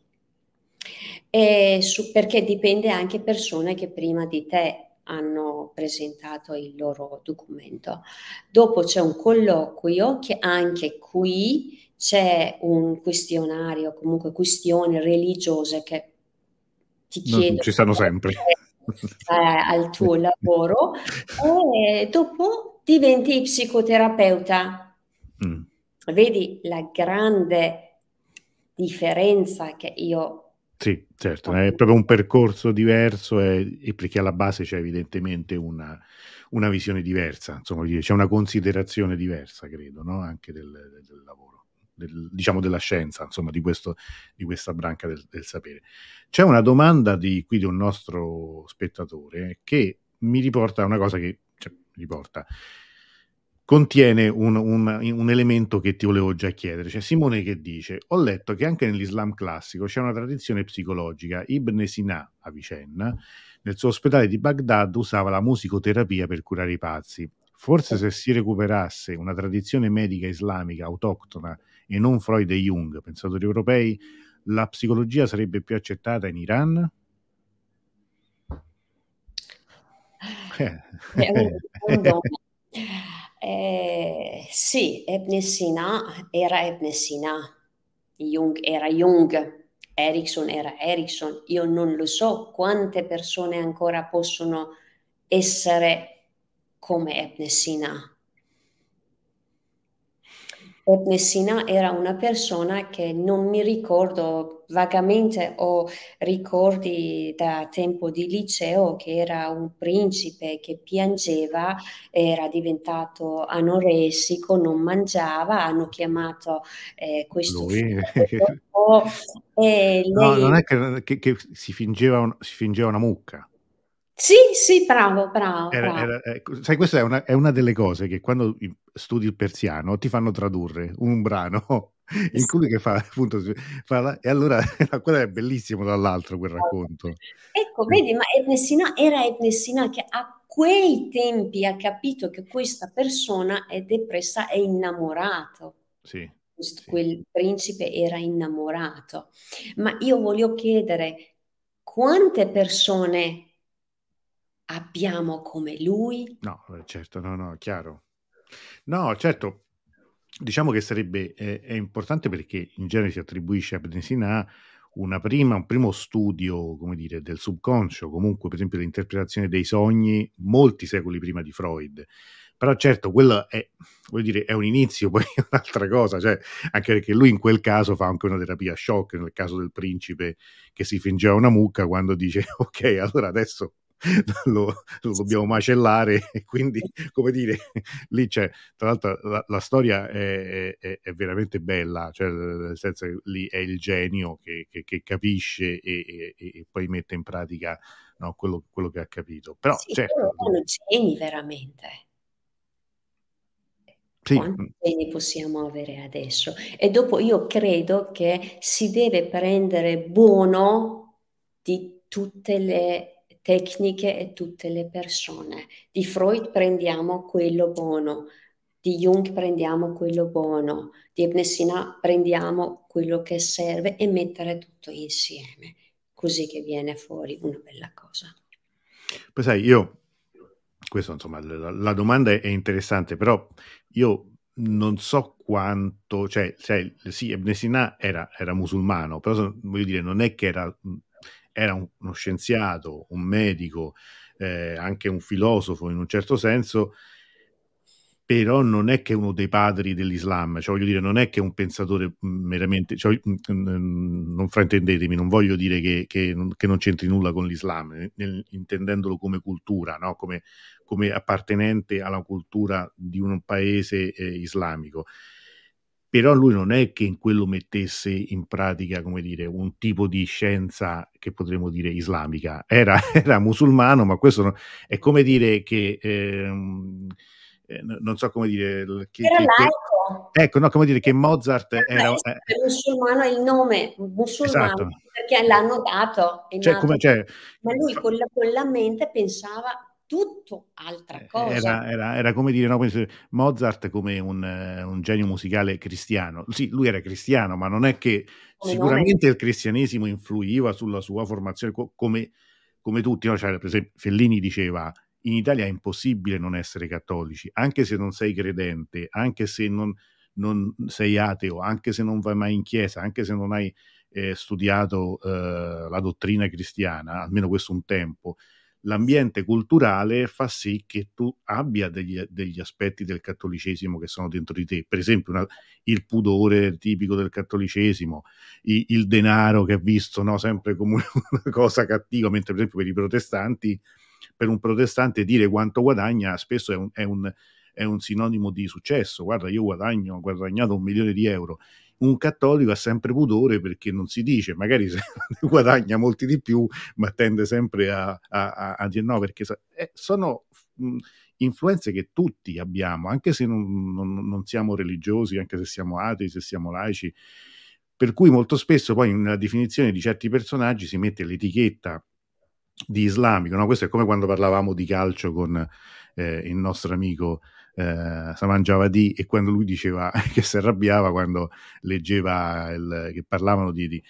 Perché dipende anche persone che prima di te hanno presentato il loro documento. Dopo c'è un colloquio, che anche qui c'è un questionario, comunque questioni religiose che ti Non chiedono ci stanno sempre. al tuo lavoro, e dopo diventi psicoterapeuta. Mm. Vedi la grande differenza che io Sì, certo, ho è proprio un visto. percorso diverso e perché alla base c'è evidentemente una visione diversa, insomma, c'è una considerazione diversa, credo, no? Anche del lavoro, diciamo della scienza, insomma, di questa branca del sapere. C'è una domanda di un nostro spettatore che mi riporta a una cosa che, cioè, contiene un elemento che ti volevo già chiedere. C'è Simone che dice: ho letto che anche nell'Islam classico c'è una tradizione psicologica. Ibn Sina, a Vicenna, nel suo ospedale di Baghdad usava la musicoterapia per curare i pazzi. Forse se si recuperasse una tradizione medica islamica autoctona e non Freud e Jung, pensatori europei, la psicologia sarebbe più accettata in Iran? È un dono. Sì, Ibn Sina era Ibn Sina, Jung era Jung, Erickson era Erickson. Io non lo so quante persone ancora possono essere come Ibn Sina. Ibn Sina era una persona che non mi ricordo, vagamente ho ricordi da tempo di liceo, che era un principe che piangeva, era diventato anoressico, non mangiava, hanno chiamato questo Lui? filosofo e No, non lei... è che si fingeva una mucca. Sì, sì, bravo, bravo, bravo. Sai, questa è una delle cose che quando studi il persiano ti fanno tradurre un brano in cui che fa appunto e allora quello è bellissimo dall'altro quel racconto. Ecco, Sì, vedi, ma Ebn Sina era Ebn Sina che a quei tempi ha capito che questa persona è depressa e innamorato. sì, sì. Quel principe era innamorato. Ma io voglio chiedere, quante persone abbiamo come lui? No, certo, no, no, chiaro. No, certo, diciamo che è importante perché in genere si attribuisce a Ibn Sina un primo studio, come dire, del subconscio, comunque per esempio l'interpretazione dei sogni, molti secoli prima di Freud. Però certo, quello è, voglio dire, è un inizio, poi è un'altra cosa, cioè, anche perché lui in quel caso fa anche una terapia shock, nel caso del principe che si fingeva una mucca, quando dice ok, allora adesso lo dobbiamo macellare, e quindi, come dire, lì c'è, tra l'altro la storia è veramente bella, cioè nel senso che lì è il genio che capisce e poi mette in pratica, no, quello che ha capito. Però Sì, certo, loro erano geni veramente. sì, Quanti geni possiamo avere adesso? E dopo io credo che si deve prendere buono di tutte le tecniche e tutte le persone. Di Freud prendiamo quello buono, di Jung prendiamo quello buono, di Ibn Sina prendiamo quello che serve e mettere tutto insieme, così che viene fuori una bella cosa. poi sai, io, questo insomma, la domanda è interessante, però io non so quanto, cioè sì, Ibn Sina era musulmano, però voglio dire, non è che era uno scienziato, un medico, anche un filosofo in un certo senso, però non è che è uno dei padri dell'Islam, cioè voglio dire, non è che è un pensatore meramente, cioè, non fraintendetemi, non voglio dire che non c'entri nulla con l'Islam, intendendolo come cultura, no? Come appartenente alla cultura di un paese islamico. Però lui non è che in quello mettesse in pratica, come dire, un tipo di scienza che potremmo dire islamica. Era musulmano, ma questo è come dire che non so come dire, Era laico. ecco, no, come dire che Mozart Ma era essere musulmano è il nome musulmano esatto, perché l'hanno dato, è cioè come nato, cioè, ma lui con la mente pensava tutto altra cosa. era come dire, no, Mozart come un genio musicale cristiano. Sì, lui era cristiano, ma non è che Come nome. sicuramente il cristianesimo influiva sulla sua formazione come tutti, no, cioè per esempio Fellini diceva: "In Italia è impossibile non essere cattolici, anche se non sei credente, anche se non sei ateo, anche se non vai mai in chiesa, anche se non hai, studiato, la dottrina cristiana, almeno questo un tempo, l'ambiente culturale fa sì che tu abbia degli aspetti del cattolicesimo che sono dentro di te. Per esempio, il pudore tipico del cattolicesimo, il denaro che è visto, no, sempre come una cosa cattiva, mentre per esempio per i protestanti, per un protestante dire quanto guadagna spesso è un sinonimo di successo. Guarda, io ho guadagnato 1 milione di euro. Un cattolico ha sempre pudore perché non si dice, magari se guadagna molti di più, ma tende sempre a dire no, perché sono influenze che tutti abbiamo, anche se non siamo religiosi, anche se siamo atei, se siamo laici, per cui molto spesso poi nella definizione di certi personaggi si mette l'etichetta di islamico, no? Questo è come quando parlavamo di calcio con il nostro amico Saman Javadi, e quando lui diceva che si arrabbiava quando leggeva che parlavano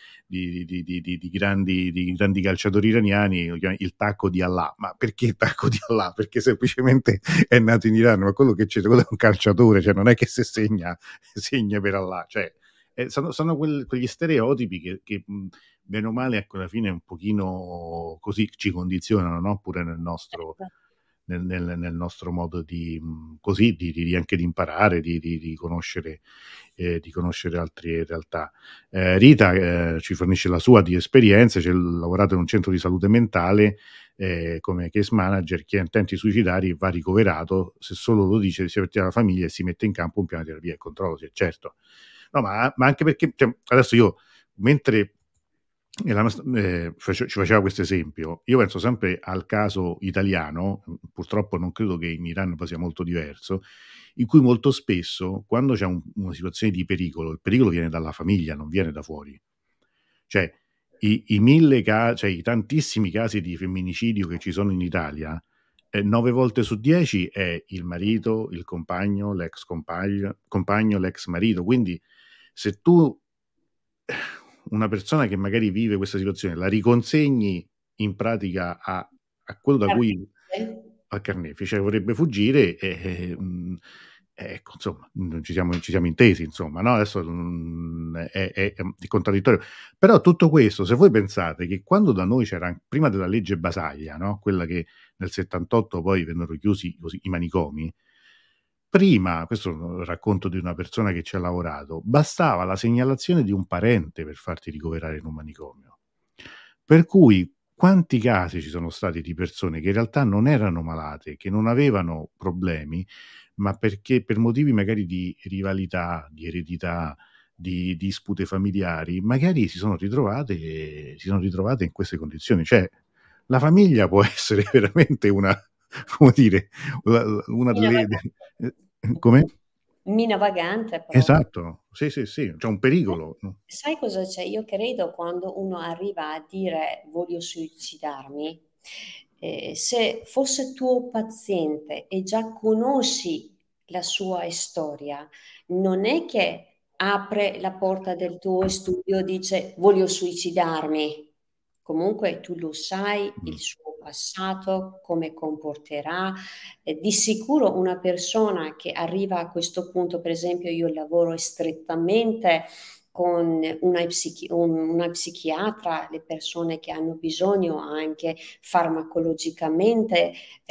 di grandi calciatori iraniani, lo chiamano il tacco di Allah. Ma perché il tacco di Allah? Perché semplicemente è nato in Iran, ma quello che c'è, quello è un calciatore, cioè non è che se segna per Allah, cioè sono quegli stereotipi che bene o male, ecco, alla fine un pochino così ci condizionano, no? Pure nel nostro modo così, anche di imparare, di conoscere altre realtà. Rita ci fornisce la sua di esperienze, ha lavorato in un centro di salute mentale come case manager. Chi ha intenti suicidari va ricoverato, se solo lo dice si avverte la famiglia e si mette in campo un piano di terapia e controllo, sì, certo. No, ma anche perché cioè, adesso io, mentre ci faceva questo esempio, io penso sempre al caso italiano, purtroppo non credo che in Iran poi sia molto diverso, in cui molto spesso quando c'è una situazione di pericolo, il pericolo viene dalla famiglia, non viene da fuori. Cioè i 1000 cioè i tantissimi casi di femminicidio che ci sono in Italia, 9 volte su 10 è il marito, il compagno, compagno, l'ex marito. Quindi se tu una persona che magari vive questa situazione la riconsegni in pratica a quello da cui Carnegie. al carnefice vorrebbe fuggire, ecco, insomma, non ci siamo intesi, insomma, no? Adesso è contraddittorio. Però tutto questo, se voi pensate che quando da noi c'era, prima della legge Basaglia, no? Quella che nel 78 poi vennero chiusi così, i manicomi, prima, questo è un racconto di una persona che ci ha lavorato, bastava la segnalazione di un parente per farti ricoverare in un manicomio. Per cui quanti casi ci sono stati di persone che in realtà non erano malate, che non avevano problemi, ma perché per motivi magari di rivalità, di eredità, di dispute familiari, magari si sono ritrovate in queste condizioni. Cioè, la famiglia può essere veramente una, come dire, una Mina delle... vagante. come? Mina vagante proprio. Esatto, sì, sì, sì, c'è un pericolo. No? Sai cosa c'è? Io credo quando uno arriva a dire voglio suicidarmi, se fosse tuo paziente e già conosci la sua storia, non è che apre la porta del tuo studio e dice voglio suicidarmi. Comunque tu lo sai, Mm. il suo passato, come comporterà. Di sicuro una persona che arriva a questo punto, per esempio, io lavoro strettamente con una psichiatra, le persone che hanno bisogno anche farmacologicamente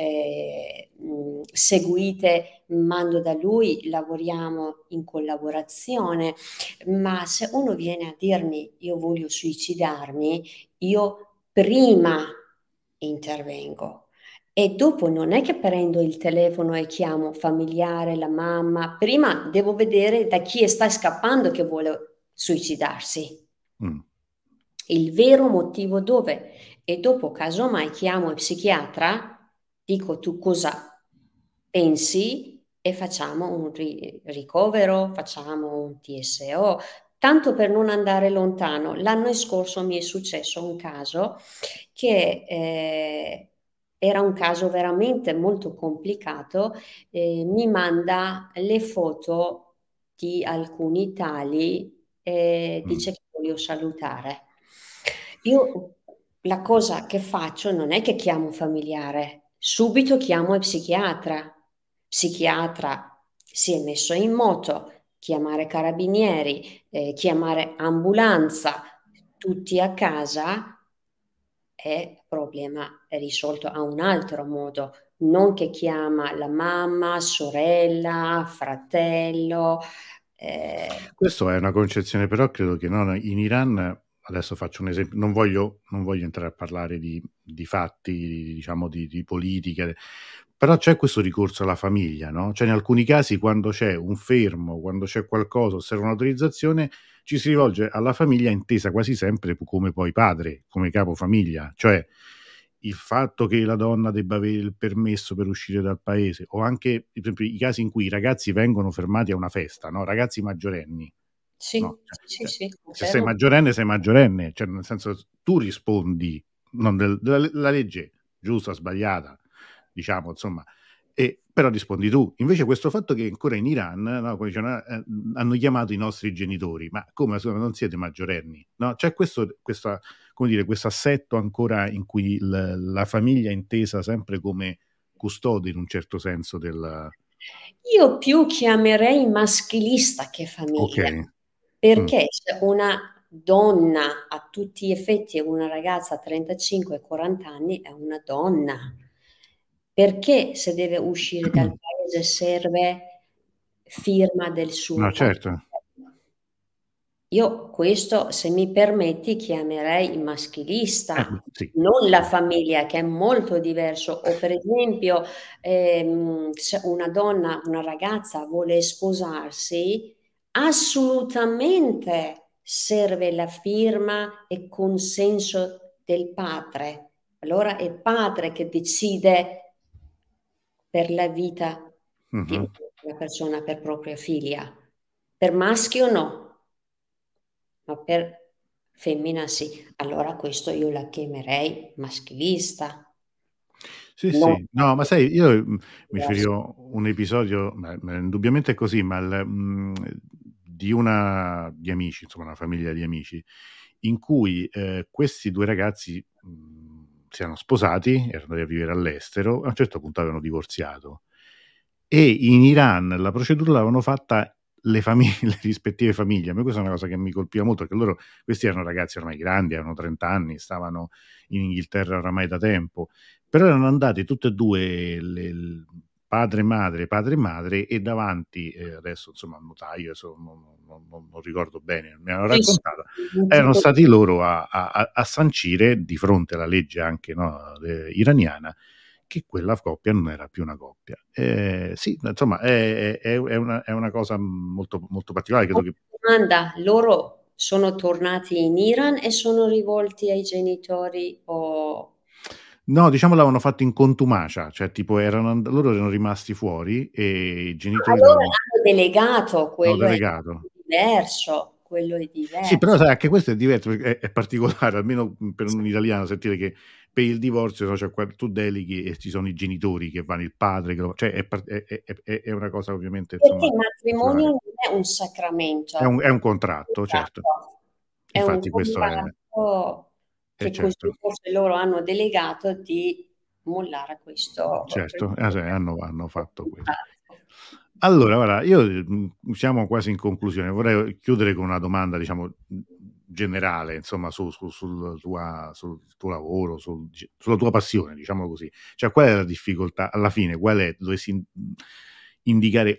seguite, mando da lui, lavoriamo in collaborazione, ma se uno viene a dirmi io voglio suicidarmi, io prima intervengo. E dopo non è che prendo il telefono e chiamo familiare, la mamma, prima devo vedere da chi sta scappando che vuole suicidarsi, Mm. il vero motivo dove. E dopo, casomai, chiamo il psichiatra, dico tu cosa pensi e facciamo un ricovero, facciamo un TSO. Tanto per non andare lontano, l'anno scorso mi è successo un caso che era un caso veramente molto complicato. Mi manda le foto di alcuni tali e Mm. dice che voglio salutare. Io la cosa che faccio non è che chiamo un familiare, subito chiamo il psichiatra. Psichiatra si è messo in moto, chiamare carabinieri, chiamare ambulanza, tutti a casa è problema è risolto a un altro modo, non che chiama la mamma, sorella, fratello. eh, Questo è una concezione, però credo che no, in Iran, adesso faccio un esempio, non voglio entrare a parlare di fatti, diciamo di politica, però c'è questo ricorso alla famiglia, no? Cioè in alcuni casi quando c'è un fermo, quando c'è qualcosa, serve un'autorizzazione, ci si rivolge alla famiglia intesa quasi sempre come poi padre, come capofamiglia, cioè il fatto che la donna debba avere il permesso per uscire dal paese, o anche per esempio, i casi in cui i ragazzi vengono fermati a una festa, no? Ragazzi maggiorenni, no? sì, sì, sì, sì, Se sei confermo. maggiorenne, sei maggiorenne, cioè nel senso tu rispondi non della legge giusta, sbagliata, diciamo, insomma, però rispondi tu. Invece questo fatto che ancora in Iran, no, come dicono, hanno chiamato i nostri genitori, ma come scusa, non siete maggiorenni? No? C'è questa, come dire, questo assetto ancora in cui la famiglia è intesa sempre come custode in un certo senso del... Io più chiamerei maschilista che Ok. famiglia, Mm. perché se una donna a tutti gli effetti è una ragazza a 35-40 anni, è una donna. Perché se deve uscire dal paese serve firma del No, suo padre? certo. Io questo, se mi permetti, chiamerei maschilista, Sì, non la sì. famiglia, che è molto diverso. O per esempio, se una donna, una ragazza vuole sposarsi, assolutamente serve la firma e consenso del padre. Allora è il padre che decide per la vita di Mhm. una persona, per propria figlia. Per maschio no, ma per femmina sì. Allora questo io la chiamerei maschilista, Sì, non sì. No, ma sai, io mi diverso. riferivo a un episodio, ma indubbiamente è così, ma di una di amici, insomma, una famiglia di amici, in cui questi due ragazzi si erano sposati, erano andati a vivere all'estero, a un certo punto avevano divorziato. e in Iran la procedura l'avevano fatta le rispettive famiglie. A me questa è una cosa che mi colpiva molto, perché questi erano ragazzi ormai grandi, avevano 30 anni, stavano in Inghilterra oramai da tempo, però erano andati tutte e due, padre e madre, e davanti, adesso insomma un notaio, adesso non ricordo bene, mi hanno Sì, sì, raccontato, un erano tipo stati loro a sancire, di fronte alla legge anche, no, iraniana, che quella coppia non era più una coppia. Sì, insomma, è una cosa molto, molto particolare. Credo che domanda, loro sono tornati in Iran e sono rivolti ai genitori o... no, diciamo l'avevano fatto in contumacia, cioè tipo loro erano rimasti fuori e i genitori Allora l'avevano hanno delegato, delegato. quello è Sì, però diverso. sai, anche questo è diverso, perché è particolare, almeno per un italiano, sentire che per il divorzio, no, cioè, tu deleghi e ci sono i genitori che vanno, il padre, cioè è una cosa ovviamente, Perché insomma, il matrimonio particolare. non è un sacramento, È un contratto, certo. esatto. È un Infatti questo contratto è che così certo. forse loro hanno delegato di mollare Certo, sì, hanno fatto questo. contratto. Allora, guarda, io, siamo quasi in conclusione. Vorrei chiudere con una domanda, diciamo, generale, insomma, sul tuo lavoro, sulla tua passione, diciamolo così. Cioè, qual è la difficoltà alla fine? Dovessi indicare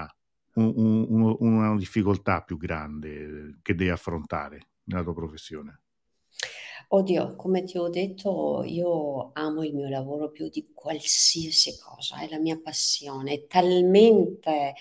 una difficoltà più grande che devi affrontare nella tua professione? Oddio, come ti ho detto, io amo il mio lavoro più di qualsiasi cosa, è la mia passione, è talmente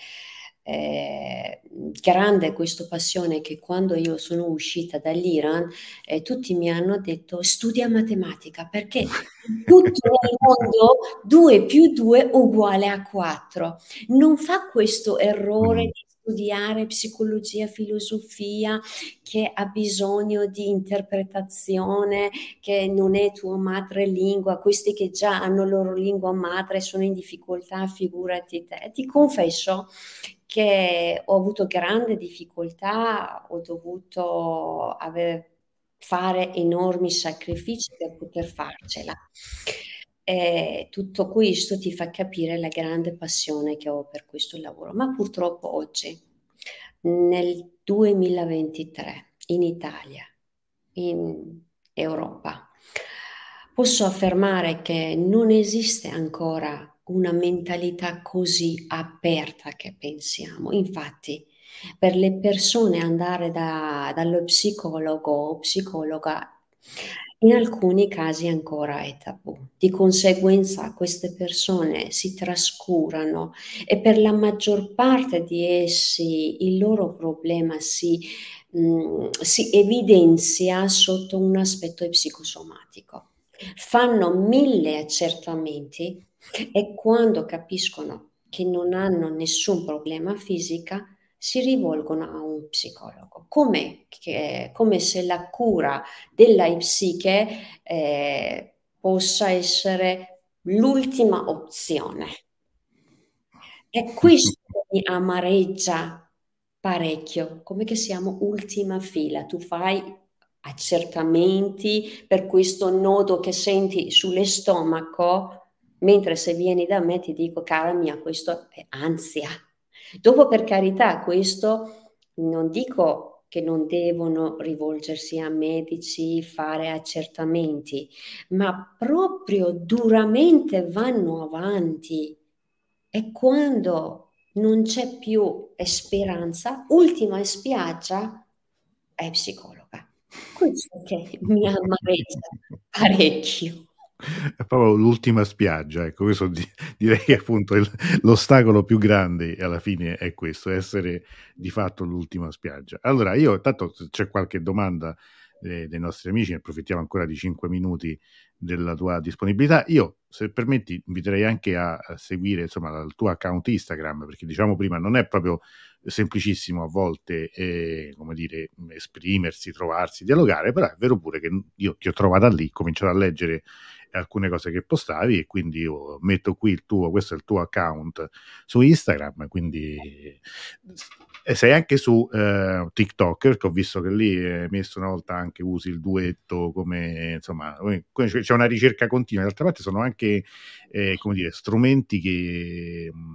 grande questa passione che quando io sono uscita dall'Iran, tutti mi hanno detto studia matematica perché tutto nel mondo 2 più 2 uguale a 4. Non fa questo errore Mh. di studiare psicologia, filosofia, che ha bisogno di interpretazione, che non è tua madrelingua, questi che già hanno loro lingua madre sono in difficoltà, figurati te. Ti confesso che ho avuto grande difficoltà, ho dovuto fare enormi sacrifici per poter farcela. Tutto questo ti fa capire la grande passione che ho per questo lavoro, ma purtroppo oggi, nel 2023, in Italia, in Europa, posso affermare che non esiste ancora una mentalità così aperta che pensiamo. Infatti, per le persone andare dallo psicologo o psicologa in alcuni casi ancora è tabù. Di conseguenza queste persone si trascurano e per la maggior parte di essi il loro problema si evidenzia sotto un aspetto psicosomatico. Fanno 1000 accertamenti e quando capiscono che non hanno nessun problema fisica, si rivolgono a un psicologo, come se la cura della psiche possa essere l'ultima opzione. E questo mi amareggia parecchio, come che siamo ultima fila. Tu fai accertamenti per questo nodo che senti sullo stomaco, mentre se vieni da me ti dico, cara mia, questo è ansia. Dopo, per carità, questo non dico che non devono rivolgersi a medici, fare accertamenti, ma proprio duramente vanno avanti e quando non c'è più speranza, ultima spiaggia è psicologa. Questo che mi amareggia parecchio. È proprio l'ultima spiaggia, ecco, questo direi che appunto l'ostacolo più grande alla fine è questo, essere di fatto l'ultima spiaggia. Allora io intanto, se c'è qualche domanda, dei nostri amici, ne approfittiamo ancora di 5 minuti della tua disponibilità. Io, se permetti, inviterei anche a seguire, insomma, il tuo account Instagram, perché diciamo prima non è proprio semplicissimo a volte, come dire, esprimersi, trovarsi, dialogare, però è vero pure che io ti ho trovata lì, ho cominciato a leggere alcune cose che postavi e quindi io metto qui questo è il tuo account su Instagram, quindi e sei anche su TikTok, perché ho visto che lì hai messo una volta, anche usi il duetto, come insomma c'è una ricerca continua. D'altra parte sono anche come dire, strumenti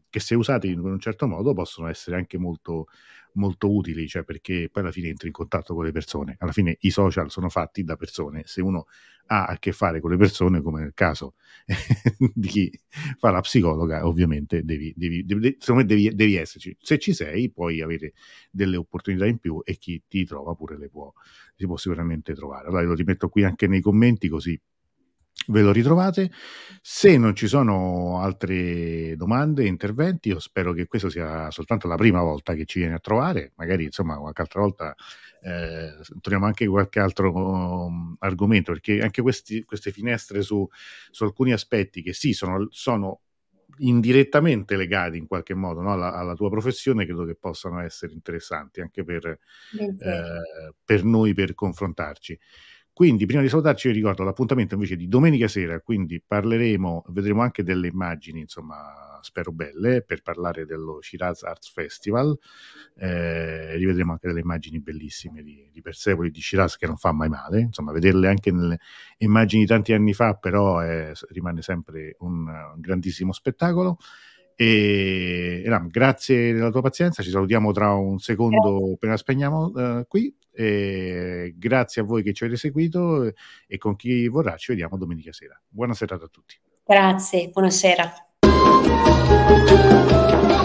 che se usati in un certo modo possono essere anche molto, molto utili, cioè perché poi alla fine entri in contatto con le persone. Alla fine i social sono fatti da persone, se uno ha a che fare con le persone, come nel caso di chi fa la psicologa, ovviamente secondo me devi esserci. Se ci sei, puoi avere delle opportunità in più e chi ti trova pure si può sicuramente trovare. Allora lo rimetto qui anche nei commenti, così ve lo ritrovate. Se non ci sono altre domande, interventi, io spero che questa sia soltanto la prima volta che ci viene a trovare, magari insomma qualche altra volta troviamo anche qualche altro argomento, perché anche queste finestre su alcuni aspetti che sì, sono indirettamente legati in qualche modo, no, alla tua professione, credo che possano essere interessanti anche Volentieri. per noi, per confrontarci. Quindi, prima di salutarci, vi ricordo l'appuntamento invece di domenica sera, quindi vedremo anche delle immagini, insomma, spero belle, per parlare dello Shiraz Arts Festival. Rivedremo anche delle immagini bellissime di Persepoli e di Shiraz, che non fa mai male, insomma, vederle anche nelle immagini di tanti anni fa, però rimane sempre un grandissimo spettacolo. Ram, grazie della tua pazienza, ci salutiamo tra un secondo appena spegniamo qui. Grazie a voi che ci avete seguito e con chi vorrà ci vediamo domenica sera. Buona serata a tutti. Grazie, buonasera.